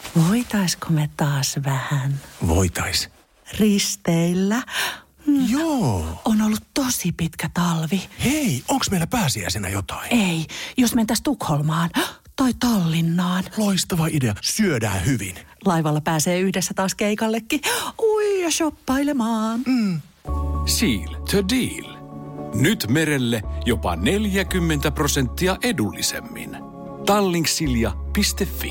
Voitaisko me taas vähän Voitais. risteillä? Joo. On ollut tosi pitkä talvi. Hei, onks meillä pääsiäisenä jotain? Ei, jos mentäis Tukholmaan tai Tallinnaan. Loistava idea. Syödään hyvin. Laivalla pääsee yhdessä taas keikallekin. Ui, ja shoppailemaan. Seal to deal. Nyt merelle jopa 40% edullisemmin. Tallingsilja.fi.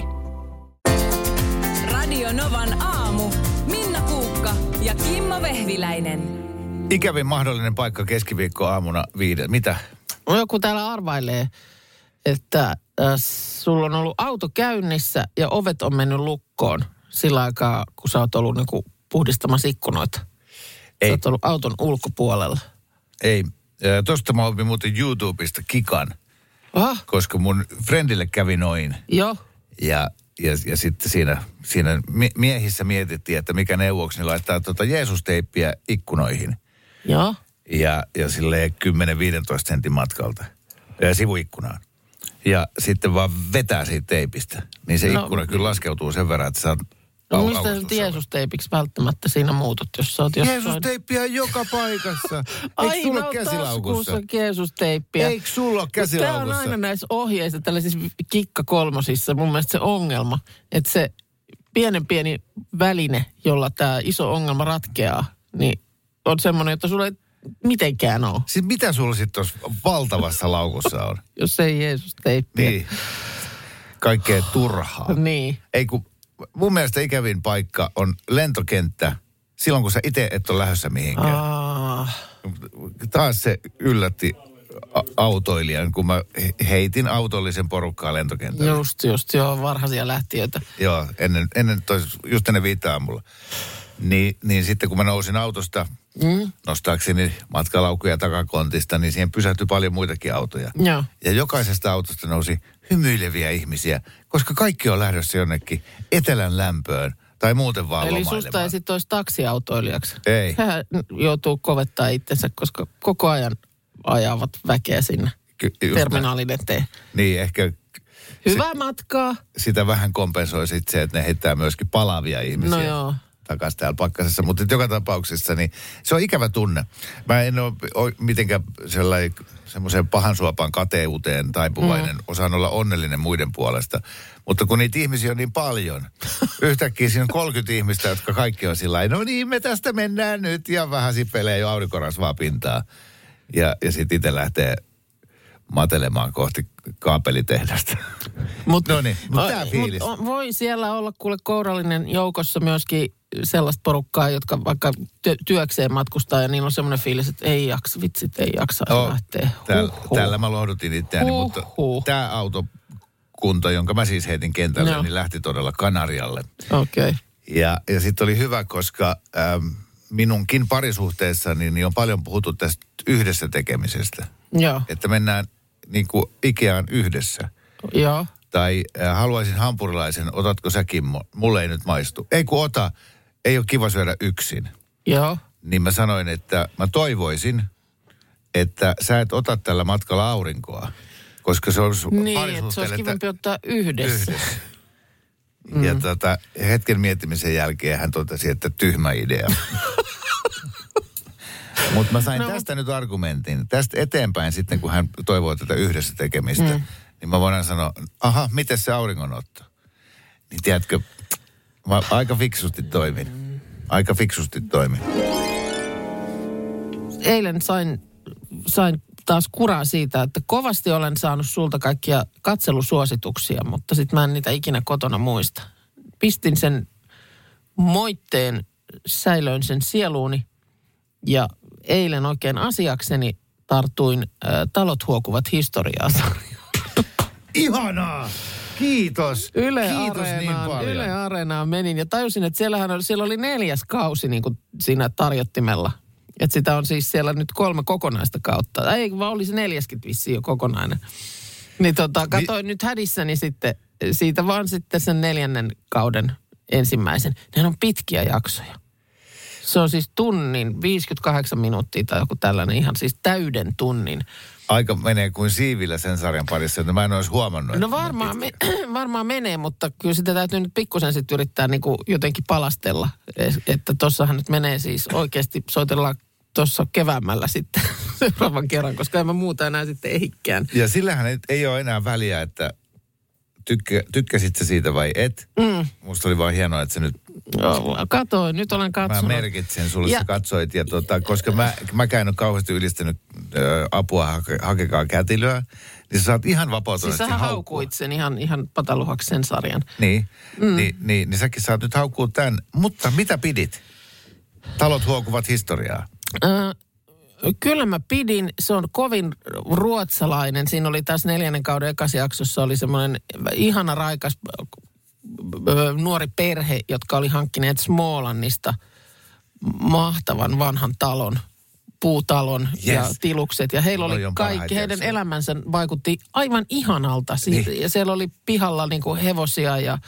Radio Novan aamu. Minna Kuukka ja Kimmo Vehviläinen. Ikävin mahdollinen paikka keskiviikkoaamuna 5. Mitä? No joku täällä arvailee, että sulla on ollut auto käynnissä ja ovet on mennyt lukkoon sillä aikaa, kun sä oot ollut niinku puhdistamassa ikkunoita. Ei. Sä oot ollut auton ulkopuolella. Ei. Tuosta mä opin muuten YouTubesta kikan, koska mun friendille kävi noin. Joo. Ja sitten siinä miehissä mietittiin, että mikä neuvoksi, niin laittaa Jeesus-teippiä ikkunoihin. Joo. Ja silleen 10-15 sentin matkalta. Ja sivuikkunaan. Ja sitten vaan vetää siitä teipistä. Niin se ikkuna kyllä laskeutuu sen verran, että saa mistä sä nyt Jeesus-teipiksi välttämättä siinä muutut, jos sä oot jossain? Jeesus-teippiä joka paikassa. Eikö sulla ole käsilaukussa? Jeesus-teippiä. Eikö sulla ole käsilaukussa? Tämä on aina näissä ohjeissa, tällaisissa kikkakolmosissa mun mielestä se ongelma, että se pieni väline, jolla tämä iso ongelma ratkeaa, niin on semmoinen, että sulla ei mitenkään ole. Siis mitä sulla sitten tuossa valtavassa laukussa on? Jos ei Jeesus-teippiä. Niin. Kaikkea turhaa. Niin. Ei kun mun mielestä ikävin paikka on lentokenttä silloin, kun sä itse et ole lähdössä mihinkään. Taas se yllätti autoilijan, kun mä heitin autollisen porukkaa lentokentälle. Just, joo, varhaisia lähtiöitä. Joo, just ennen 5 aamulla. Niin sitten kun mä nousin autosta nostaakseni matkalaukuja takakontista, niin siihen pysähtyi paljon muitakin autoja. Joo. Ja jokaisesta autosta nousi hymyileviä ihmisiä, koska kaikki on lähdössä jonnekin etelän lämpöön tai muuten vaan lomailemaan. Eli susta ei sitten olisi taksiautoilijaksi? Ei. Hän joutuu kovettaa itsensä, koska koko ajan ajavat väkeä sinne terminaalin eteen. Niin, ehkä Hyvää matkaa. Sitä vähän kompensoi sitten se, että ne heittää myöskin palavia ihmisiä. No joo. Takaisin täällä pakkasessa, mutta joka tapauksessa niin se on ikävä tunne. Mä en ole mitenkään semmoiseen pahan suopaan kateuteen taipuvainen, osaan olla onnellinen muiden puolesta. Mutta kun niitä ihmisiä on niin paljon, yhtäkkiä siinä on 30 ihmistä, jotka kaikki on sillä lailla, no niin, me tästä mennään nyt, ja vähän sipelee jo aurinkorasvaa pintaa. Ja sitten itse lähtee matelemaan kohti kaapelitehdasta. No niin, mutta tämä fiilis. Voi siellä olla kuule kourallinen joukossa myöskin sellaista porukkaa, jotka vaikka työkseen matkustaa ja niillä on semmoinen fiilis, että ei jaksa lähteä. Täällä mä lohdutin itseäni, mutta tämä autokunta, jonka mä siis heitin kentälle, niin lähti todella Kanarialle. Okei. Ja sitten oli hyvä, koska minunkin parisuhteessani niin on paljon puhuttu tästä yhdessä tekemisestä. Joo. Että mennään niin kuin Ikeaan yhdessä. Joo. Tai haluaisin hampurilaisen, otatko sä Kimmo? Mulle ei nyt maistu. Ei kun ota, ei ole kiva syödä yksin. Joo. Niin mä sanoin, että mä toivoisin, että sä et ota tällä matkalla aurinkoa. Koska se on niin, että se olisi kivempi ottaa yhdessä. Ja hetken miettimisen jälkeen hän totesi, että tyhmä idea. Mutta mä sain tästä nyt argumentin. Tästä eteenpäin sitten, kun hän toivoo tätä yhdessä tekemistä, niin mä voin sanoa, aha, miten se auringonotto? Niin tiedätkö, mä aika fiksusti toimin. Eilen sain taas kuraa siitä, että kovasti olen saanut sulta kaikkia katselusuosituksia, mutta sitten mä en niitä ikinä kotona muista. Pistin sen moitteen, säilöin sen sieluuni ja eilen oikein asiakseni tartuin Talot huokuvat historiaa -sarjaan. Ihanaa! Kiitos. Kiitos niin paljon. Yle Areenaan menin ja tajusin, että siellä oli 4. kausi niin kuin siinä tarjottimella. Että sitä on siis siellä nyt 3 kokonaista kautta. Ei, vaan oli se 4. vissiin jo kokonainen. Niin katsoin nyt hädissäni sitten, siitä vaan sitten sen 4. kauden ensimmäisen. Nehän on pitkiä jaksoja. Se on siis tunnin, 58 minuuttia tai joku tällainen ihan siis täyden tunnin aika menee kuin siivillä sen sarjan parissa, että mä en olisi huomannut. No varmaan menee, mutta kyllä sitä täytyy nyt pikkusen sitten yrittää niin kuin jotenkin palastella. Että tossahan nyt menee siis oikeasti, soitellaan tuossa keväämällä sitten seuraavan kerran, koska en mä muuta enää sitten ehikään. Ja sillähän ei ole enää väliä, että tykkäsit sä siitä vai et. Musta oli vaan hienoa, että se nyt... Katoin, nyt olen katsonut. Mä merkitsin sulle, sä katsoit. Ja koska mä en ole kauheasti ylistänyt apua, hakekaa kätilöä, niin sä saat ihan vapautuneesti siis sähän haukuit sen ihan pataluhaksi sen sarjan. Niin säkin saat nyt haukkua tämän. Mutta mitä pidit? Talot huokuvat historiaa. Kyllä mä pidin. Se on kovin ruotsalainen. Siinä oli taas 4. kauden ekassa jaksossa oli semmoinen ihana raikas nuori perhe, jotka oli hankkineet Smålandista mahtavan vanhan talon, puutalon ja tilukset. Ja heillä oli kaikki, heidän elämänsä vaikutti aivan ihanalta. Niin. Ja siellä oli pihalla niin kuin hevosia ja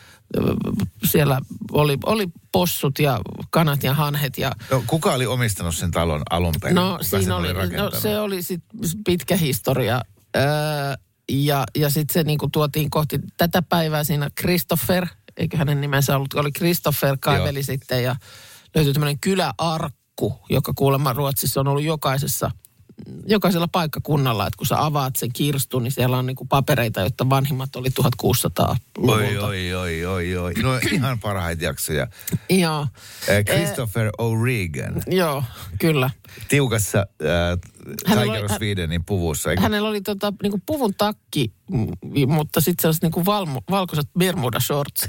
siellä oli possut ja kanat ja hanhet. Ja... No, kuka oli omistanut sen talon alun perin? Se oli sitten pitkä historia. Ja sitten se niinku tuotiin kohti tätä päivää siinä Christopher, eikö hänen nimensä ollut, oli Christopher kaiveli sitten ja löytyi tämmöinen kyläarkku, joka kuulemma Ruotsissa on ollut jokaisella paikkakunnalla, että kun sä avaat sen kirstun, niin siellä on niinku papereita, jotta vanhimmat oli 1600-luvulta. Oi. No ihan parhaita jaksoja. Joo. Christopher O'Regan. Joo, kyllä. Tiukassa Tiger of Swedenin puvussa. Eikö? Hänellä oli niinku puvun takki, mutta sitten sellaiset niinku valkoiset bermuda-shortsit.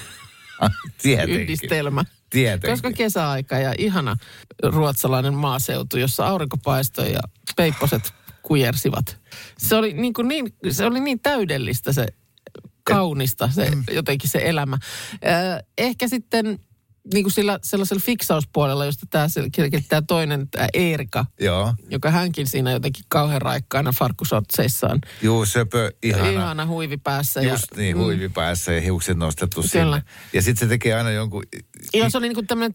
Yhdistelmä. Tietenkin. Koska kesäaika ja ihana ruotsalainen maaseutu, jossa aurinko paistoi ja peipposet kujersivat. Se oli niin täydellistä se, kaunista se jotenkin se elämä. Ehkä sitten niin kuin sellaisella fiksauspuolella, josta tämä toinen, tämä Eerika, joo, joka hänkin siinä jotenkin kauhean raikkaana farkkusotseissaan. Juu, söpö, ihana huivi päässä. Just niin, huivi päässä ja hiukset nostettu sinne. Ja sitten se tekee aina jonkun... Joo, se oli niin kuin tämmöinen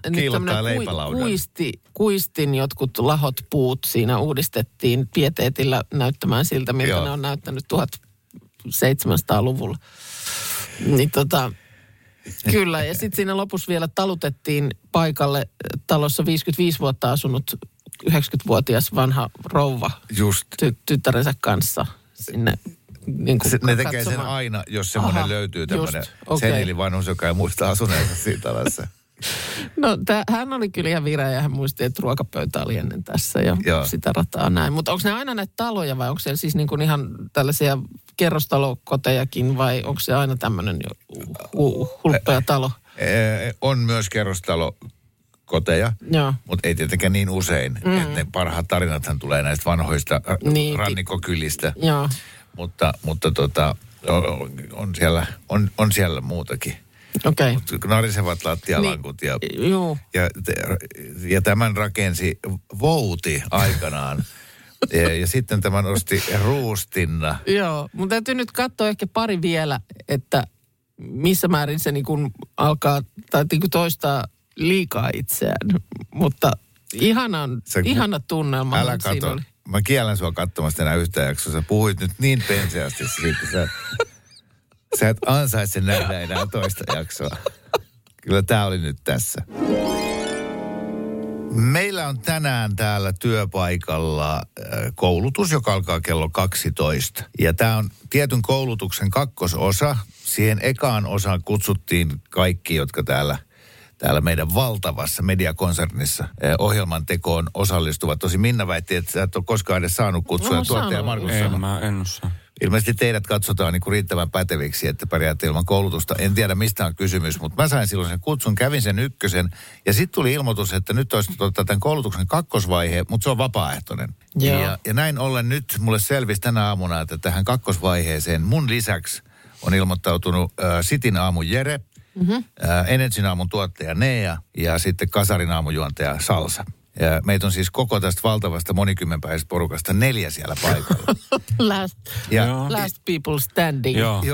kuistin jotkut lahot puut siinä uudistettiin pieteetillä näyttämään siltä, miltä ne on näyttänyt 1700-luvulla. Niin kyllä, ja sitten siinä lopussa vielä talutettiin paikalle talossa 55 vuotta asunut 90-vuotias vanha rouva tyttärensä kanssa sinne. Niin ne tekee sen aina, jos semmoinen löytyy tämmöinen seniilivanhus, joka ei muista asuneensa siinä talossa. No, hän oli kyllä ihan vireä ja hän muisti, että ruokapöytä oli ennen tässä ja sitä rataa näin. Mutta onko ne aina näitä taloja vai onko siellä siis niin kuin ihan tällaisia kerrostalokotejakin vai onko se aina tämmöinen hulppea talo? On myös kerrostalokoteja, mutta ei tietenkään niin usein. Että ne parhaat tarinathan tulee näistä vanhoista rannikkokylistä. Joo. Mutta on siellä muutakin. Okei. Narisevat lattialankut ja tämän rakensi Vouti aikanaan. ja sitten tämän osti Ruustinna. Joo, mun täytyy nyt katsoa ehkä pari vielä, että missä määrin se niin kuin alkaa tai niin kuin toistaa liikaa itseään. Mutta ihana tunnelma. Älä katso. Mä kiellän sua katsomasta enää yhtä jaksoa. Sä puhuit nyt niin penseästi siitä. Sä et ansaitse nähdä enää toista jaksoa. Kyllä tää oli nyt tässä. Meillä on tänään täällä työpaikalla koulutus, joka alkaa kello 12. Ja tää on tietyn koulutuksen kakkososa. Siihen ekaan osaan kutsuttiin kaikki, jotka täällä meidän valtavassa mediakonsernissa ohjelman tekoon osallistuvat. Tosi Minna väitti, että sä et ole koskaan edes saanut kutsua. Tuottaja Markus sanoi. Mä en osaa. Ilmeisesti teidät katsotaan niin kuin riittävän päteviksi, että pärjäätte ilman koulutusta. En tiedä, mistä on kysymys, mutta mä sain silloin sen kutsun, kävin sen ykkösen. Ja sitten tuli ilmoitus, että nyt olisi tämän koulutuksen kakkosvaihe, mutta se on vapaaehtoinen. Ja näin ollen nyt mulle selvisi tänä aamuna, että tähän kakkosvaiheeseen mun lisäksi on ilmoittautunut Sitin aamun Jere, Energyn aamun tuottaja Nea ja sitten Kasarin aamujuontaja Salsa. Ja meitä on siis koko tästä valtavasta monikymmenpäisestä porukasta 4 siellä paikalla. Last people standing. Joo.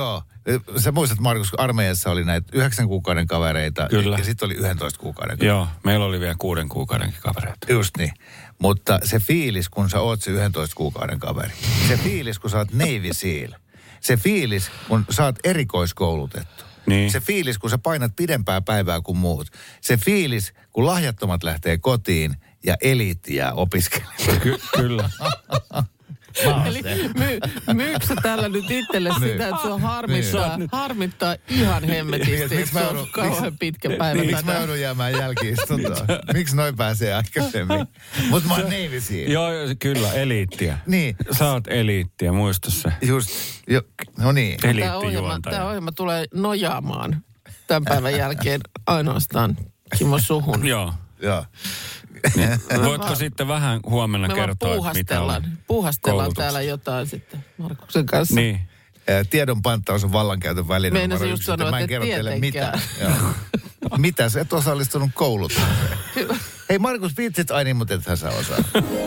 Sä muistat, Markus, kun armeijassa oli näitä 9 kuukauden kavereita. Kyllä. Ja sitten oli 11 kuukauden kavereita. Joo, meillä oli vielä 6 kuukaudenkin kavereita. Just niin. Mutta se fiilis, kun sä oot se 11 kuukauden kaveri. Se fiilis, kun sä oot Navy Seal. Se fiilis, kun sä oot erikoiskoulutettu. Niin. Se fiilis, kun sä painat pidempää päivää kuin muut. Se fiilis, kun lahjattomat lähtee kotiin ja eliitti jää opiskelemaan. Kyllä. Eli myykö sä tällä nyt itselle sitä, että sua harmittaa ihan hemmetisti, että se on kauhean pitkä päivä. Miksi mä joudun jäämään jälki-istuntoon? Miksi noin pääsee aikaisemmin? Mutta mä oon Navy Seal. Joo, kyllä, eliittiä. Niin. Sä oot eliittiä, muista se. Just, no niin. Eliittijuontaja. Tämä ohjelma tulee nojaamaan tämän päivän jälkeen ainoastaan Kimmo suhun. Joo. Joo. Voitko sitten vähän huomenna kertoa, että mitä on puuhastellaan täällä jotain sitten Markuksen kanssa. Niin. Tiedon panttaus on vallankäytön väline. Meinasin just sanoa, mä en että kerro teille tietenkään. mitään. Mitä sä et osallistunut koulutukseen? Hei Markus, vitsit, ai niin, mutta ethän sä osaa.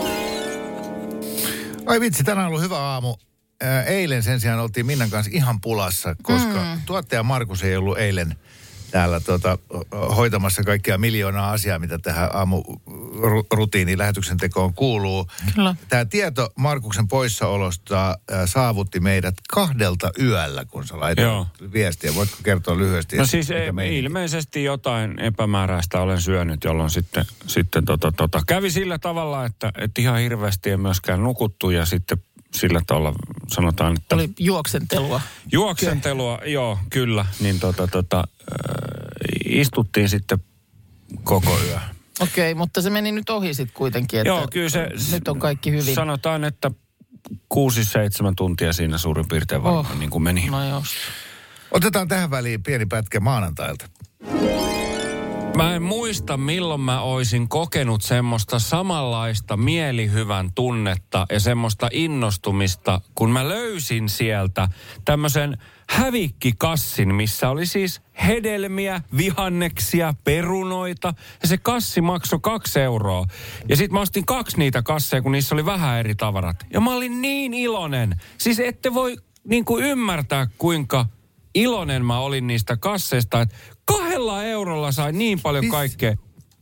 Ai vitsi, tänään on ollut hyvä aamu. Eilen sen sijaan oltiin Minnan kanssa ihan pulassa, koska tuottaja Markus ei ollut eilen täällä hoitamassa kaikkia miljoonaa asiaa, mitä tähän aamurutiiniin lähetyksen tekoon kuuluu. Kyllä. Tämä tieto Markuksen poissaolosta saavutti meidät 2 yöllä, kun sä laitat viestiä. Voitko kertoa lyhyesti? No siis ilmeisesti jotain epämääräistä olen syönyt, jolloin sitten kävi sillä tavalla, että ihan hirveästi ei myöskään nukuttu ja sitten sillä tavalla sanotaan, että... Oli juoksentelua. Juoksentelua, joo, kyllä. Niin istuttiin sitten koko yö. Okei, mutta se meni nyt ohi sitten kuitenkin, että joo, kyllä se... Nyt on kaikki hyvin. Sanotaan, että 6-7 tuntia siinä suurin piirtein varmaan niin kuin meni. No jos. Otetaan tähän väliin pieni pätkä maanantailta. Mä en muista, milloin mä oisin kokenut semmoista samanlaista mielihyvän tunnetta ja semmoista innostumista, kun mä löysin sieltä tämmöisen hävikkikassin, missä oli siis hedelmiä, vihanneksia, perunoita. Ja se kassi maksoi 2 euroa. Ja sit mä ostin 2 niitä kasseja, kun niissä oli vähän eri tavarat. Ja mä olin niin iloinen. Siis ette voi niinku ymmärtää, kuinka iloinen mä olin niistä kasseista, että 2 eurolla sai niin paljon kaikkea.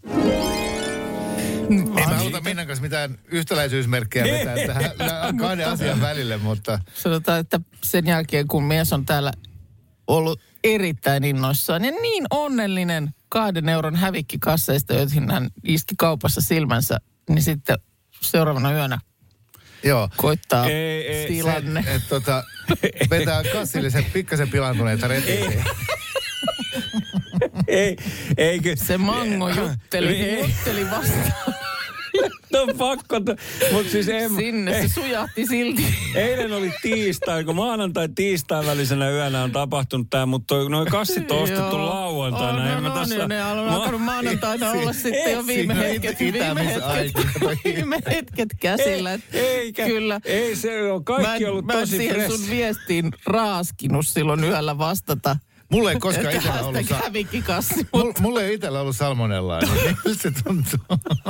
Ei mä haluta Minnan kanssa mitään yhtäläisyysmerkkejä vetää tähän 2 asian välille, mutta... Sanotaan, että sen jälkeen kun mies on täällä ollut erittäin innoissaan ja niin onnellinen 2 euron hävikkikasseista, joihin hän iski kaupassa silmänsä, niin sitten seuraavana yönä koittaa tilanne. Vetää kassillisen pikkasen pilantuneita retkiä. Eikö? Se mango jutteli vastaan. No pakko, mutta siis sinne se sujahti silti. Eilen oli tiistai, kun maanantai-tiistain välisenä yönä on tapahtunut tämä, mutta noin kassit on ostettu lauantaina. Ne on alkanut maanantaina olla sitten jo viime hetket käsillä. Kyllä. Ei se ole kaikki ollut tosi fresh. Mä en siihen sun viestiin raaskinut silloin yöllä vastata. Mulla ei koskaan itsellä ollut... Mulla ei itsellä ollut salmonellaa, niin se tuntuu.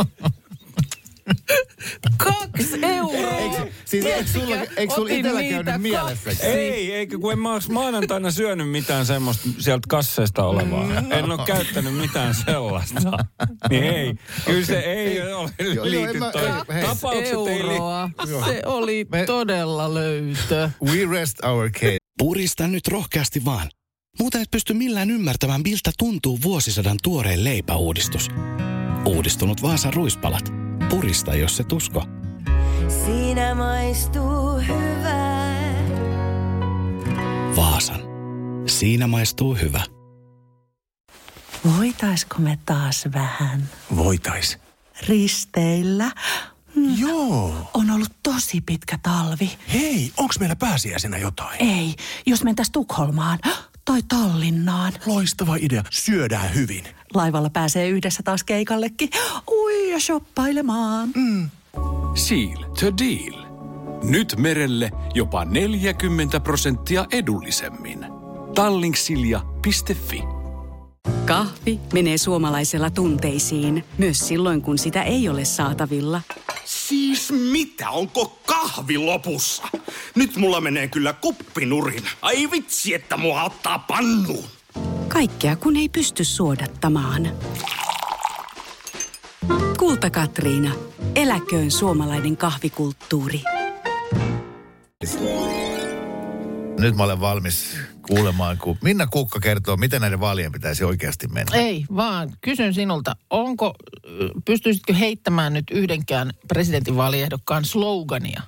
2 euroa! Eikö sulla itsellä käynyt mielessä? Eikö kun en mä olisi maanantaina syönyt mitään semmoista sieltä kasseista olevaa. En ole käyttänyt mitään sellaista. Niin ei. Kyllä se ei ole liity toi. 2 euroa. Se oli todella löytö. We rest our case. Purista nyt rohkeasti vaan. Muuten et pysty millään ymmärtämään, miltä tuntuu vuosisadan tuoreen leipäuudistus. Uudistunut Vaasan ruispalat. Purista, jos et usko. Siinä maistuu hyvää. Vaasan. Siinä maistuu hyvä. Voitaisko me taas vähän Voitais. risteillä? Joo. On ollut tosi pitkä talvi. Hei, onks meillä pääsiäisenä jotain? Ei, jos mentäis Tukholmaan tai Tallinnaan. Loistava idea. Syödään hyvin. Laivalla pääsee yhdessä taas keikallekin. Ui, ja shoppailemaan. Seal to deal. Nyt merelle jopa 40% edullisemmin. Tallingsilja.fi. Kahvi menee suomalaisella tunteisiin, myös silloin kun sitä ei ole saatavilla. Siis mitä? Onko kahvi lopussa? Nyt mulla menee kyllä kuppinurin. Ai vitsi, että mua ottaa pannuun. Kaikkea kun ei pysty suodattamaan. Kulta Katriina. Eläköön suomalainen kahvikulttuuri. Nyt mä olen valmis kuulemaan, kun Minna Kuukka kertoo, miten näiden vaalien pitäisi oikeasti mennä. Ei, vaan kysyn sinulta, pystyisitkö heittämään nyt yhdenkään presidentinvaaliehdokkaan slogania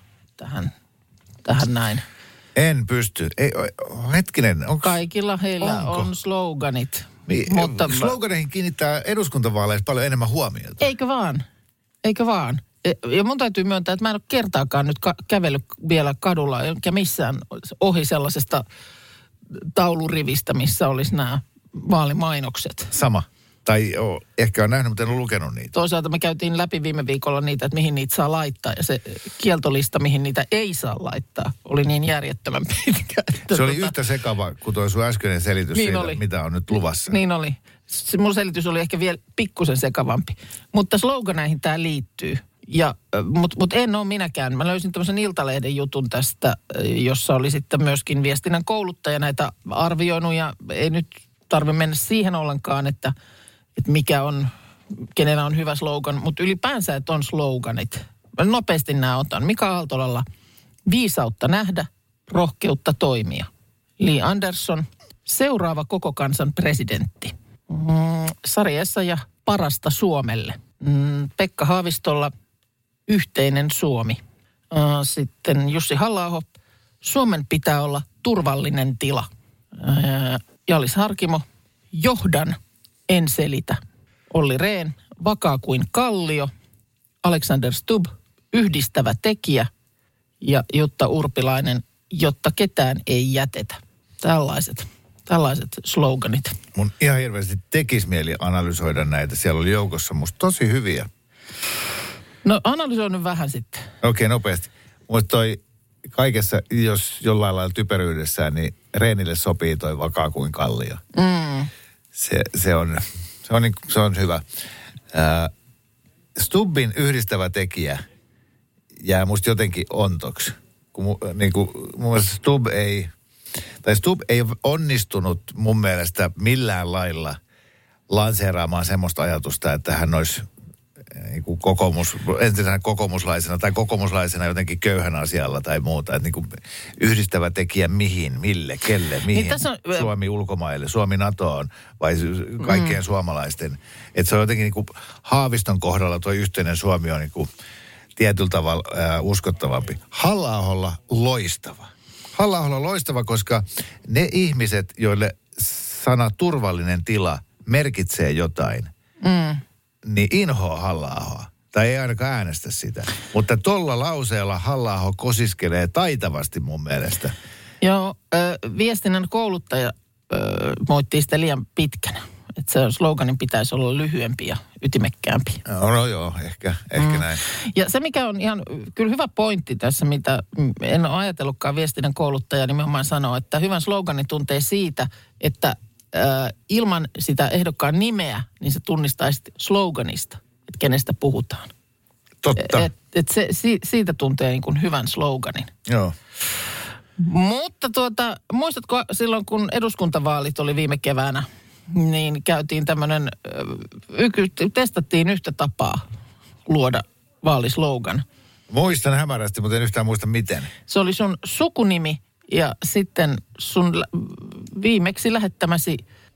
tähän näin? En pysty. Ei, hetkinen. Kaikilla heillä on sloganit. Mutta sloganeihin kiinnittää eduskuntavaaleissa paljon enemmän huomiota. Eikö vaan? Ja mun täytyy myöntää, että mä en ole kertaakaan nyt kävellyt vielä kadulla enkä missään ohi sellaisesta taulurivistä, missä olisi nämä vaalimainokset. Sama. Tai ehkä on nähnyt, mutta en ole lukenut niitä. Toisaalta me käytiin läpi viime viikolla niitä, että mihin niitä saa laittaa. Ja se kieltolista, mihin niitä ei saa laittaa, oli niin järjettömän pitkä. Se oli yhtä sekava kuin tuo sun äskeinen selitys niin siitä, mitä on nyt luvassa. Niin oli. Mun selitys oli ehkä vielä pikkusen sekavampi. Mutta sloganeihin tämä liittyy. Mutta en ole minäkään. Mä löysin tämmöisen Iltalehden jutun tästä, jossa oli sitten myöskin viestinnän kouluttaja näitä arvioinut. Ja ei nyt tarvitse mennä siihen ollenkaan, että mikä on, kenellä on hyvä slogan. Mutta ylipäänsä, että on sloganit. Mä nopeasti nämä otan. Mika Aaltolalla viisautta nähdä, rohkeutta toimia. Li Andersson, seuraava koko kansan presidentti. Sari Essayah, parasta Suomelle. Pekka Haavistolla, yhteinen Suomi. Sitten Jussi Halla-aho, Suomen pitää olla turvallinen tila. Jallis Harkimo, johdan, en selitä. Olli Rehn, vakaa kuin kallio. Alexander Stubb, yhdistävä tekijä. Ja Jutta Urpilainen, jotta ketään ei jätetä. Tällaiset sloganit. Mun ihan hirveästi tekisi mieli analysoida näitä. Siellä oli joukossa musta tosi hyviä. No analysoin nyt vähän sitten. Okei, nopeasti. Musta toi kaikessa, jos jollain lailla typeryydessään, niin Rehnille sopii toi vakaa kuin kallio. Se on hyvä. Stubbin yhdistävä tekijä jää musta jotenkin ontoksi. Mun mielestä Stubb ei ole onnistunut mun mielestä millään lailla lanseeraamaan semmoista ajatusta, että hän olisi niin kuin entisenä kokoomuslaisena jotenkin köyhän asialla tai muuta. Että niin kuin yhdistävä tekijä mihin, mille, kelle, mihin. Niin Suomi ulkomaille, Suomi NATOon vai kaikkien suomalaisten. Että se on jotenkin niin kuin Haaviston kohdalla tuo yhteinen Suomi on niin kuin tietyllä tavalla uskottavampi. Halla-aholla loistava. Halla-aholla on loistava, koska ne ihmiset, joille sana turvallinen tila merkitsee jotain, niin inhoa Halla-ahoa. Tai ei ainakaan äänestä sitä. Mutta tolla lauseella Halla-aho kosiskelee taitavasti mun mielestä. Joo, viestinnän kouluttaja moittii sitä liian pitkänä. Että se sloganin pitäisi olla lyhyempi ja ytimekkäämpi. No joo, ehkä näin. Ja se, mikä on ihan kyllä hyvä pointti tässä, mitä en ole ajatellutkaan viestinnän kouluttaja nimenomaan sanoa, että hyvän sloganin tuntee siitä, että ilman sitä ehdokkaan nimeä, niin se tunnistaisi sloganista, että kenestä puhutaan. Totta. Siitä tuntee niin kuin hyvän sloganin. Joo. Mutta muistatko silloin, kun eduskuntavaalit oli viime keväänä, niin käytiin tämmöinen, testattiin yhtä tapaa luoda vaalislogan. Muistan hämärästi, mutta en yhtään muista miten. Se oli sun sukunimi ja sitten sun viimeksi lähettämäsi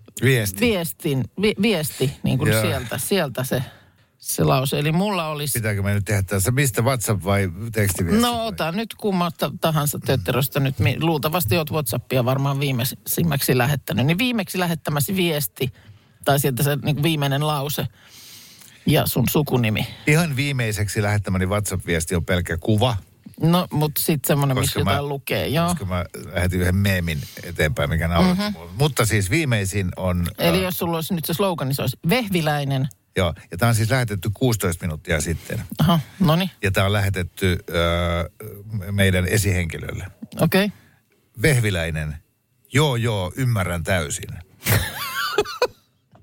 viesti niin kuin sieltä se lause. Eli mulla olisi... Pitääkö me nyt tehdä tässä? Mistä WhatsApp vai tekstiviesti? No ota nyt kummasta tahansa tötteröstä nyt. Luultavasti oot WhatsAppia varmaan viimeisimmäksi lähettänyt. Niin viimeksi lähettämäsi viesti, tai sieltä se niin viimeinen lause ja sun sukunimi. Ihan viimeiseksi lähettämäni WhatsApp-viesti on pelkkä kuva. No, mutta sitten semmoinen, missä jotain lukee, joo. Koska mä lähetin yhden meemin eteenpäin, mikä nauratti mulle. Mutta siis viimeisin on... Eli jos sulla olisi nyt se slogan, niin se olisi Vehviläinen. Joo, ja tämä on siis lähetetty 16 minuuttia sitten. Aha, noniin. Ja tämä on lähetetty meidän esihenkilölle. Okei. Okay. Vehviläinen, joo, ymmärrän täysin.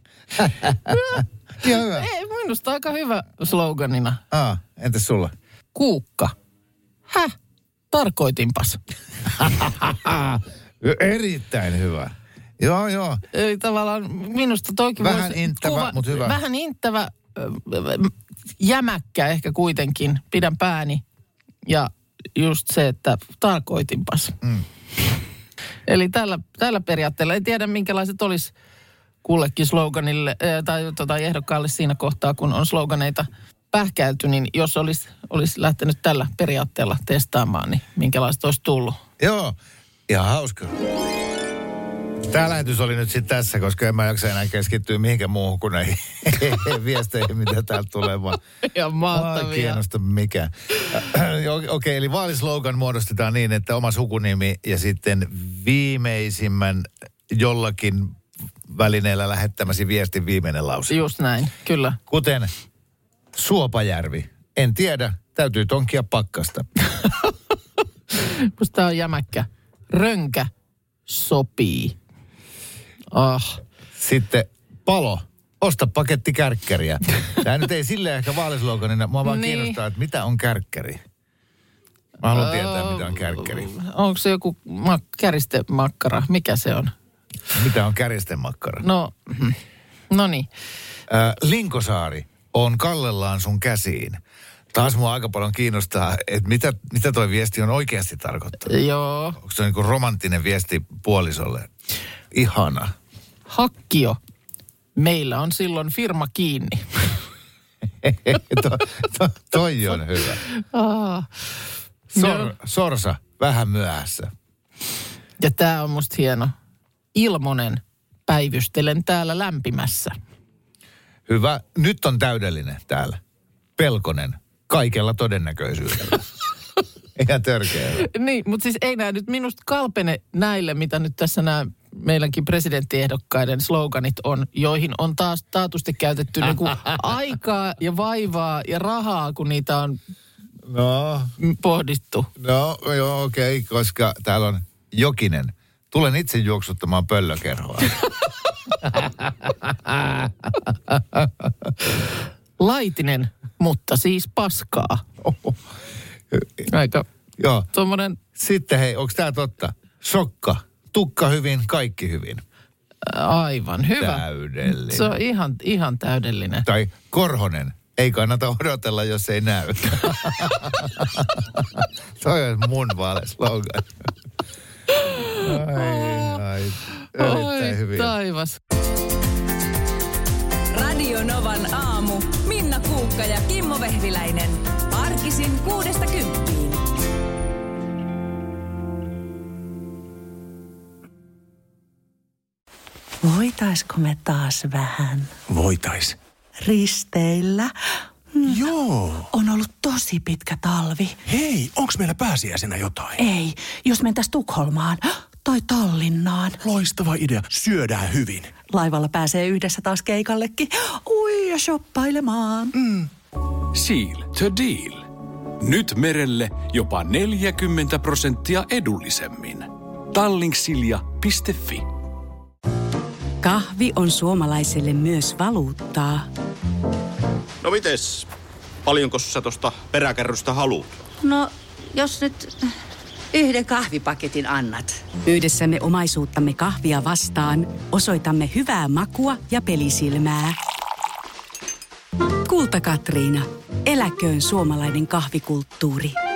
Ei, minusta aika hyvä sloganina. Entäs sulla? Kuukka. Häh? Tarkoitinpas. Erittäin hyvä. Joo. Eli tavallaan minusta toikin vähän inttävä, mutta hyvä. Vähän inttävä, jämäkkä ehkä kuitenkin. Pidän pääni. Ja just se, että tarkoitinpas. Eli tällä periaatteella. En tiedä, minkälaiset olisi kullekin sloganille tai ehdokkaalle siinä kohtaa, kun on sloganeita pähkäilty, niin jos olisi lähtenyt tällä periaatteella testaamaan, niin minkälaista olisi tullut? Joo, ihan hauska. Tämä lähetys oli nyt sitten tässä, koska en mä jaksa enää keskittyä mihinkään muuhun kuin näihin viesteihin, mitä täältä tulee. Ja mahtavia. Kiinnosta mikä. Okei, eli vaalislogan muodostetaan niin, että oma sukunimi ja sitten viimeisimmän jollakin välineellä lähettämäsi viestin viimeinen lause. Just näin, kyllä. Kuten Suopajärvi. En tiedä, täytyy tonkia pakkasta. Musta on jämäkkä. Rönkä sopii. Sitten Palo. Osta paketti kärkkäriä. Tämä nyt ei silleen ehkä vaalisloganina. Mua vaan kiinnostaa, että mitä on kärkkäri. Mä haluan tietää, mitä on kärkkäri. Onko se joku käristemakkara? Mikä se on? Mitä on käristemakkara? No niin. Linkosaari on kallellaan sun käsiin. Taas mua aika paljon kiinnostaa, että mitä toi viesti on oikeasti tarkoittanut. Joo. Onko se niin kuin romanttinen viesti puolisolle? Ihana. Hakkio. Meillä on silloin firma kiinni. Toi on hyvä. Sorsa, vähän myöhässä. Ja tää on musta hieno. Ilmonen, päivystelen täällä lämpimässä. Hyvä. Nyt on täydellinen täällä. Pelkonen, kaikella todennäköisyydellä. Ihan törkeä. Niin, mutta siis ei nämä nyt minusta kalpene näille, mitä nyt tässä nämä meidänkin presidenttiehdokkaiden sloganit on, joihin on taas taatusti käytetty niinku aikaa ja vaivaa ja rahaa, kun niitä on pohdittu. No, joo, okei, koska täällä on Jokinen. Tulen itse juoksuttamaan pöllökerhoa. Laitinen, mutta siis paskaa. Aika tuommoinen. Sitten hei, onko tää totta? Sokka, tukka hyvin, kaikki hyvin. Aivan, hyvä. Täydellinen. Se on ihan täydellinen. Tai Korhonen, ei kannata odotella, jos ei näy. Toi on mun vaalislogan. Ai, erittäin hyvin. Taivas. Radio Novan aamu. Minna Kuukka ja Kimmo Vehviläinen. Arkisin 6–10. Voitaisko me taas vähän Voitais. risteillä? Joo. On ollut tosi pitkä talvi. Hei, onks meillä pääsiäisenä jotain? Ei, jos mentäis Tukholmaan tai Tallinnaan. Loistava idea. Syödään hyvin. Laivalla pääsee yhdessä taas keikallekin. Ui, ja shoppailemaan. Seal to deal. Nyt merelle jopa 40% edullisemmin. Tallingsilja.fi. Kahvi on suomalaiselle myös valuuttaa. No mites? Paljonko sä tosta peräkärrystä haluat? No, jos nyt yhden kahvipaketin annat. Yhdessämme omaisuuttamme kahvia vastaan osoitamme hyvää makua ja pelisilmää. Kulta Katriina. Eläköön suomalainen kahvikulttuuri.